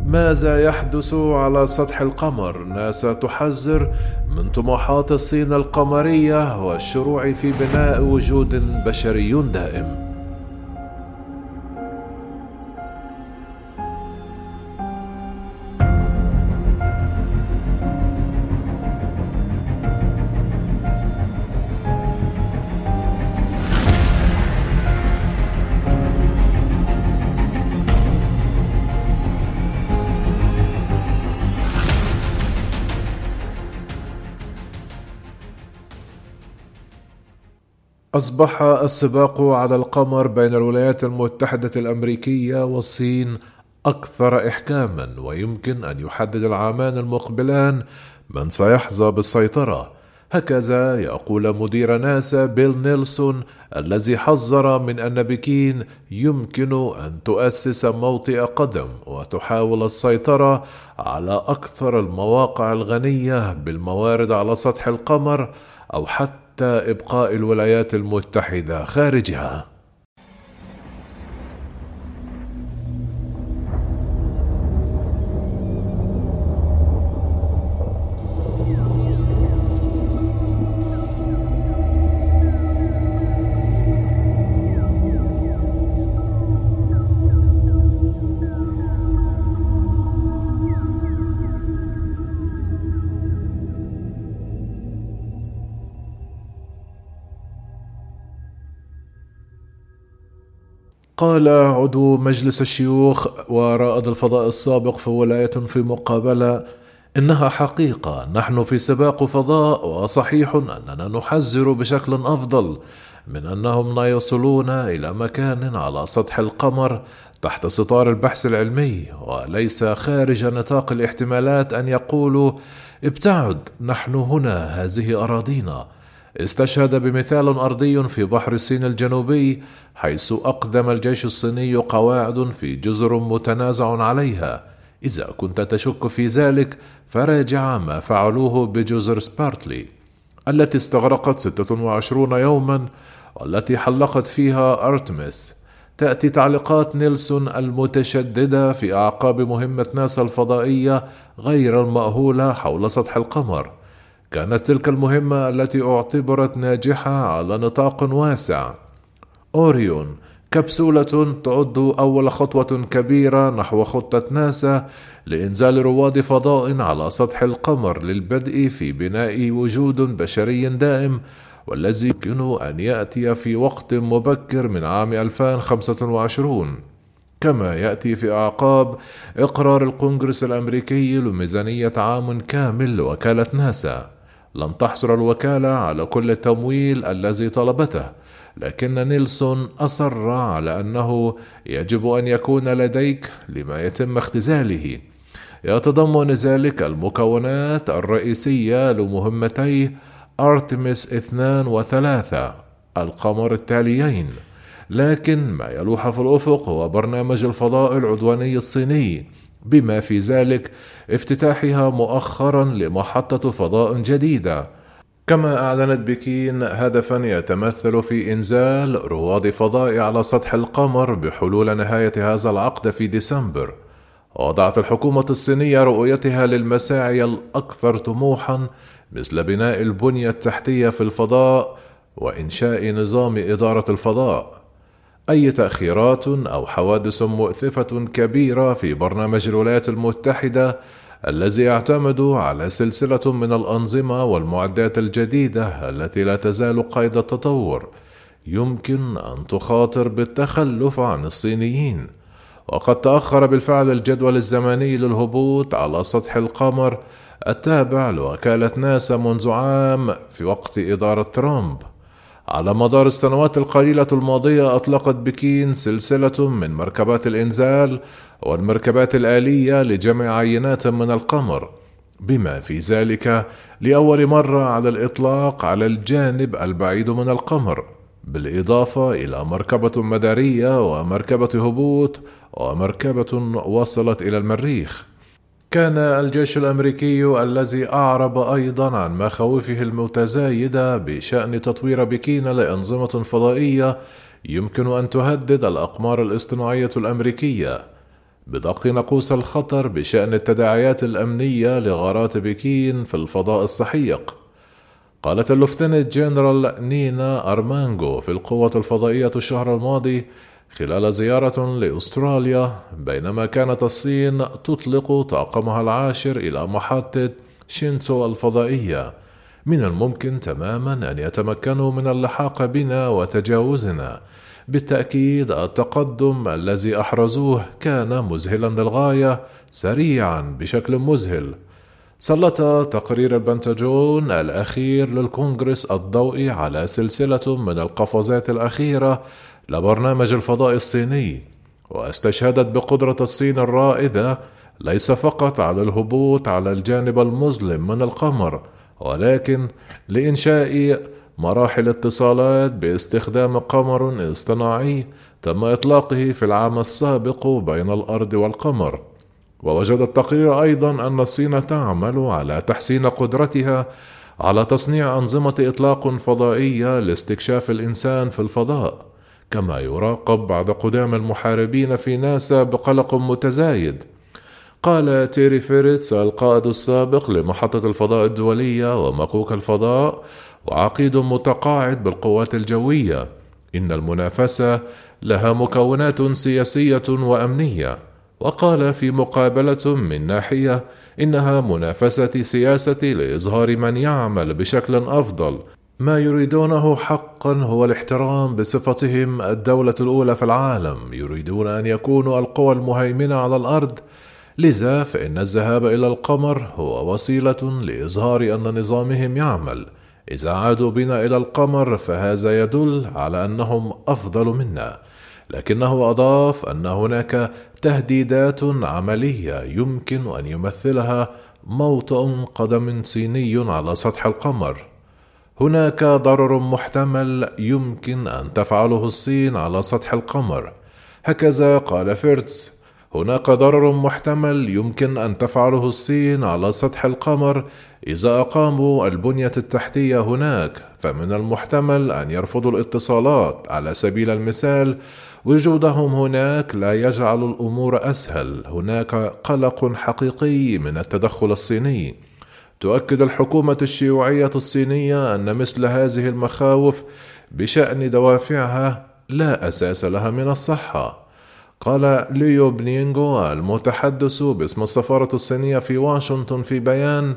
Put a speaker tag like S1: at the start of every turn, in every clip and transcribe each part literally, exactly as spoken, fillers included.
S1: ماذا يحدث على سطح القمر؟ ناسا تحذر من طموحات الصين القمرية والشروع في بناء وجود بشري دائم. أصبح السباق على القمر بين الولايات المتحدة الأمريكية والصين أكثر إحكاماً، ويمكن أن يحدد العامان المقبلان من سيحظى بالسيطرة. هكذا يقول مدير ناسا بيل نيلسون، الذي حذر من أن بكين يمكن أن تؤسس موطئ قدم وتحاول السيطرة على أكثر المواقع الغنية بالموارد على سطح القمر، أو حتى إبقاء الولايات المتحدة خارجها. قال عضو مجلس الشيوخ ورائد الفضاء السابق في ولاية في مقابلة: إنها حقيقة، نحن في سباق فضاء، وصحيح أننا نحذر بشكل أفضل من أنهم لا يصلون إلى مكان على سطح القمر تحت ستار البحث العلمي، وليس خارج نطاق الاحتمالات أن يقولوا: ابتعد، نحن هنا، هذه أراضينا. استشهد بمثال أرضي في بحر الصين الجنوبي، حيث أقدم الجيش الصيني قواعد في جزر متنازع عليها. إذا كنت تشك في ذلك فراجع ما فعلوه بجزر سبارتلي التي استغرقت ستة وعشرين يوما، والتي حلقت فيها أرتمس. تأتي تعليقات نيلسون المتشددة في أعقاب مهمة ناسا الفضائية غير المأهولة حول سطح القمر. كانت تلك المهمة التي اعتبرت ناجحة على نطاق واسع. أوريون، كبسولة تعد أول خطوة كبيرة نحو خطة ناسا لإنزال رواد فضاء على سطح القمر للبدء في بناء وجود بشري دائم، والذي يمكن أن يأتي في وقت مبكر من عام ألفين وخمسة وعشرين، كما يأتي في أعقاب إقرار الكونغرس الأمريكي لميزانية عام كامل لوكالة ناسا. لم تحصل الوكالة على كل التمويل الذي طلبته، لكن نيلسون أصر على أنه يجب أن يكون لديك لما يتم اختزاله. يتضمن ذلك المكونات الرئيسية لمهمتي أرتمس اثنان وثلاثة القمر التاليين، لكن ما يلوح في الأفق هو برنامج الفضاء العدواني الصيني، بما في ذلك افتتاحها مؤخرا لمحطة فضاء جديدة. كما أعلنت بكين هدفا يتمثل في إنزال رواد فضاء على سطح القمر بحلول نهاية هذا العقد في ديسمبر. وضعت الحكومة الصينية رؤيتها للمساعي الأكثر طموحا، مثل بناء البنية التحتية في الفضاء وإنشاء نظام إدارة الفضاء. أي تأخيرات أو حوادث مؤسفة كبيرة في برنامج الولايات المتحدة الذي يعتمد على سلسلة من الأنظمة والمعدات الجديدة التي لا تزال قيد التطور يمكن أن تخاطر بالتخلف عن الصينيين. وقد تأخر بالفعل الجدول الزمني للهبوط على سطح القمر التابع لوكالة ناسا منذ عام في وقت إدارة ترامب. على مدار السنوات القليلة الماضية أطلقت بكين سلسلة من مركبات الإنزال والمركبات الآلية لجمع عينات من القمر، بما في ذلك لأول مرة على الإطلاق على الجانب البعيد من القمر، بالإضافة إلى مركبة مدارية ومركبة هبوط ومركبة وصلت إلى المريخ. كان الجيش الأمريكي الذي أعرب أيضا عن مخاوفه المتزايدة بشأن تطوير بكين لأنظمة فضائية يمكن أن تهدد الأقمار الاصطناعية الأمريكية، بدق ناقوس الخطر بشأن التداعيات الأمنية لغارات بكين في الفضاء السحيق. قالت اللوفتنت جنرال نينا أرمانجو في القوة الفضائية الشهر الماضي خلال زيارة لأستراليا بينما كانت الصين تطلق طاقمها العاشر إلى محطة شينتسو الفضائية: من الممكن تماما أن يتمكنوا من اللحاق بنا وتجاوزنا. بالتأكيد التقدم الذي أحرزوه كان مذهلا للغاية، سريعا بشكل مذهل. سلط تقرير البنتاجون الأخير للكونغرس الضوء على سلسلة من القفزات الأخيرة لبرنامج الفضاء الصيني، واستشهدت بقدرة الصين الرائدة ليس فقط على الهبوط على الجانب المظلم من القمر، ولكن لإنشاء مراحل اتصالات باستخدام قمر اصطناعي تم إطلاقه في العام السابق بين الأرض والقمر. ووجد التقرير أيضا أن الصين تعمل على تحسين قدرتها على تصنيع أنظمة إطلاق فضائية لاستكشاف الإنسان في الفضاء، كما يراقب بعض قدام المحاربين في ناسا بقلق متزايد. قال تيري فيريتس القائد السابق لمحطة الفضاء الدولية ومكوك الفضاء وعقيد متقاعد بالقوات الجوية: إن المنافسة لها مكونات سياسية وأمنية. وقال في مقابلة من ناحية إنها منافسة سياسة لإظهار من يعمل بشكل أفضل. ما يريدونه حقا هو الاحترام بصفتهم الدولة الأولى في العالم، يريدون أن يكونوا القوى المهيمنة على الأرض، لذا فإن الذهاب إلى القمر هو وسيلة لإظهار أن نظامهم يعمل. إذا عادوا بنا إلى القمر فهذا يدل على أنهم أفضل منا. لكنه أضاف أن هناك تهديدات عملية يمكن أن يمثلها موطئ قدم صيني على سطح القمر. هناك ضرر محتمل يمكن أن تفعله الصين على سطح القمر. هكذا قال فيرتس: هناك ضرر محتمل يمكن أن تفعله الصين على سطح القمر إذا أقاموا البنية التحتية هناك، فمن المحتمل أن يرفضوا الاتصالات. على سبيل المثال، وجودهم هناك لا يجعل الأمور أسهل. هناك قلق حقيقي من التدخل الصيني. تؤكد الحكومة الشيوعية الصينية أن مثل هذه المخاوف بشأن دوافعها لا أساس لها من الصحة. قال ليو بنينغو المتحدث باسم السفارة الصينية في واشنطن في بيان: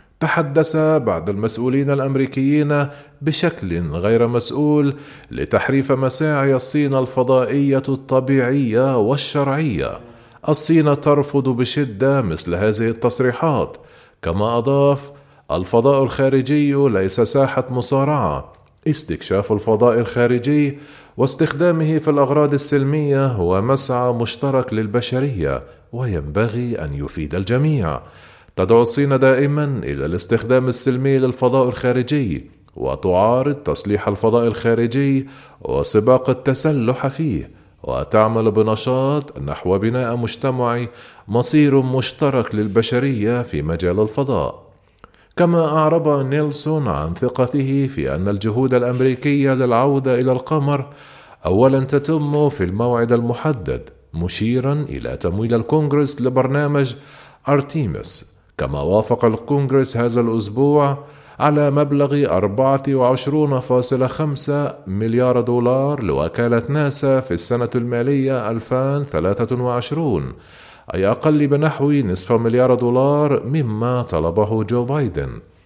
S1: تحدث بعض المسؤولين الأمريكيين بشكل غير مسؤول لتحريف مساعي الصين الفضائية الطبيعية والشرعية. الصين ترفض بشدة مثل هذه التصريحات. كما أضاف: الفضاء الخارجي ليس ساحة مصارعة. استكشاف الفضاء الخارجي واستخدامه في الأغراض السلمية هو مسعى مشترك للبشرية، وينبغي أن يفيد الجميع. تدعو الصين دائما إلى الاستخدام السلمي للفضاء الخارجي، وتعارض تصليح الفضاء الخارجي وسباق التسلح فيه، وتعمل بنشاط نحو بناء مجتمع مصير مشترك للبشرية في مجال الفضاء. كما أعرب نيلسون عن ثقته في أن الجهود الأمريكية للعودة إلى القمر أولا تتم في الموعد المحدد، مشيرا إلى تمويل الكونغرس لبرنامج أرتيمس. كما وافق الكونغرس هذا الأسبوع على مبلغ أربعة وعشرين فاصلة خمسة مليار دولار لوكالة ناسا في السنة المالية ألفين وثلاثة وعشرين، أي أقل بنحو نصف مليار دولار مما طلبه جو بايدن.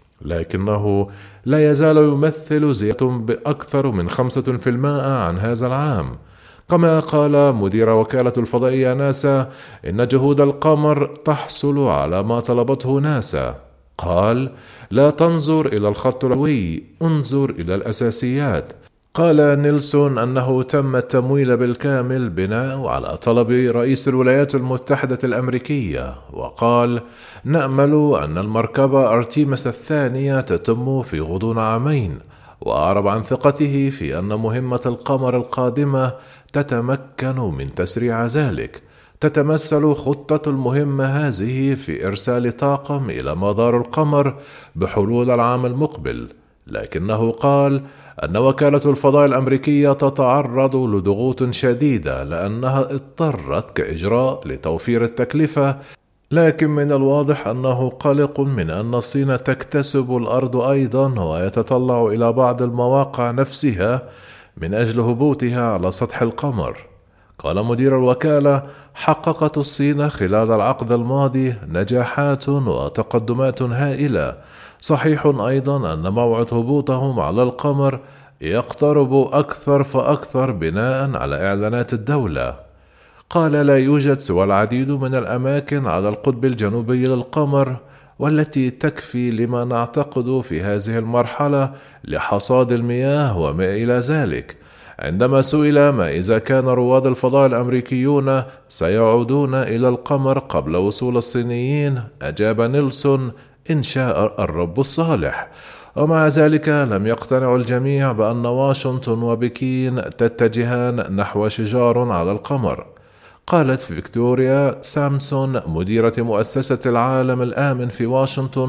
S1: لكنه لا يزال يمثل زيادة بأكثر من خمسة في المائة عن هذا العام. كما قال مدير وكالة الفضائية ناسا إن جهود القمر تحصل على ما طلبته ناسا. قال: لا تنظر إلى الخط العلوي، انظر إلى الأساسيات. قال نيلسون أنه تم التمويل بالكامل بناء على طلب رئيس الولايات المتحدة الأمريكية. وقال: نأمل أن المركبة أرتيمس الثانية تتم في غضون عامين. وأعرب عن ثقته في أن مهمة القمر القادمة تتمكن من تسريع ذلك. تتمثل خطة المهمة هذه في إرسال طاقم إلى مدار القمر بحلول العام المقبل. لكنه قال أن وكالة الفضاء الأمريكية تتعرض لضغوط شديدة لأنها اضطرت كإجراء لتوفير التكلفة، لكن من الواضح أنه قلق من أن الصين تكتسب الأرض أيضا ويتطلع إلى بعض المواقع نفسها من أجل هبوطها على سطح القمر. قال مدير الوكالة: حققت الصين خلال العقد الماضي نجاحات وتقدمات هائلة. صحيح أيضا أن موعد هبوطهم على القمر يقترب أكثر فأكثر بناء على إعلانات الدولة. قال: لا يوجد سوى العديد من الأماكن على القطب الجنوبي للقمر، والتي تكفي لما نعتقد في هذه المرحلة لحصاد المياه وما إلى ذلك. عندما سئل ما إذا كان رواد الفضاء الأمريكيون سيعودون إلى القمر قبل وصول الصينيين، أجاب نيلسون: إن شاء الرب الصالح. ومع ذلك لم يقتنع الجميع بأن واشنطن وبكين تتجهان نحو شجار على القمر. قالت فيكتوريا سامسون مديرة مؤسسة العالم الآمن في واشنطن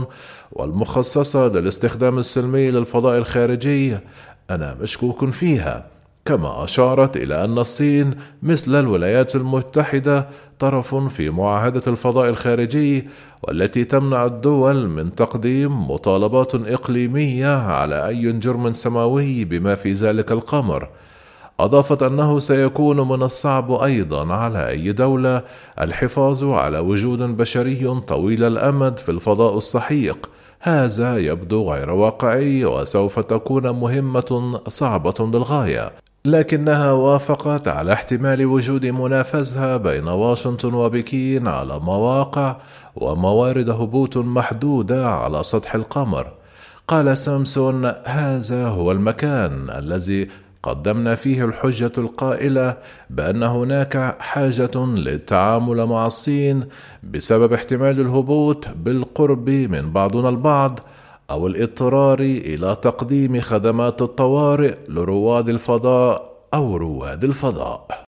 S1: والمخصصة للاستخدام السلمي للفضاء الخارجي: أنا مشكوك فيها. كما أشارت إلى أن الصين مثل الولايات المتحدة طرف في معاهدة الفضاء الخارجي، والتي تمنع الدول من تقديم مطالبات إقليمية على أي جرم سماوي بما في ذلك القمر. أضافت أنه سيكون من الصعب أيضا على أي دولة الحفاظ على وجود بشري طويل الأمد في الفضاء السحيق. هذا يبدو غير واقعي وسوف تكون مهمة صعبة للغاية. لكنها وافقت على احتمال وجود منافسة بين واشنطن وبكين على مواقع وموارد هبوط محدودة على سطح القمر. قال سامسون: هذا هو المكان الذي قدمنا فيه الحجة القائلة بأن هناك حاجة للتعامل مع الصين بسبب احتمال الهبوط بالقرب من بعضنا البعض، أو الاضطرار إلى تقديم خدمات الطوارئ لرواد الفضاء أو رواد الفضاء.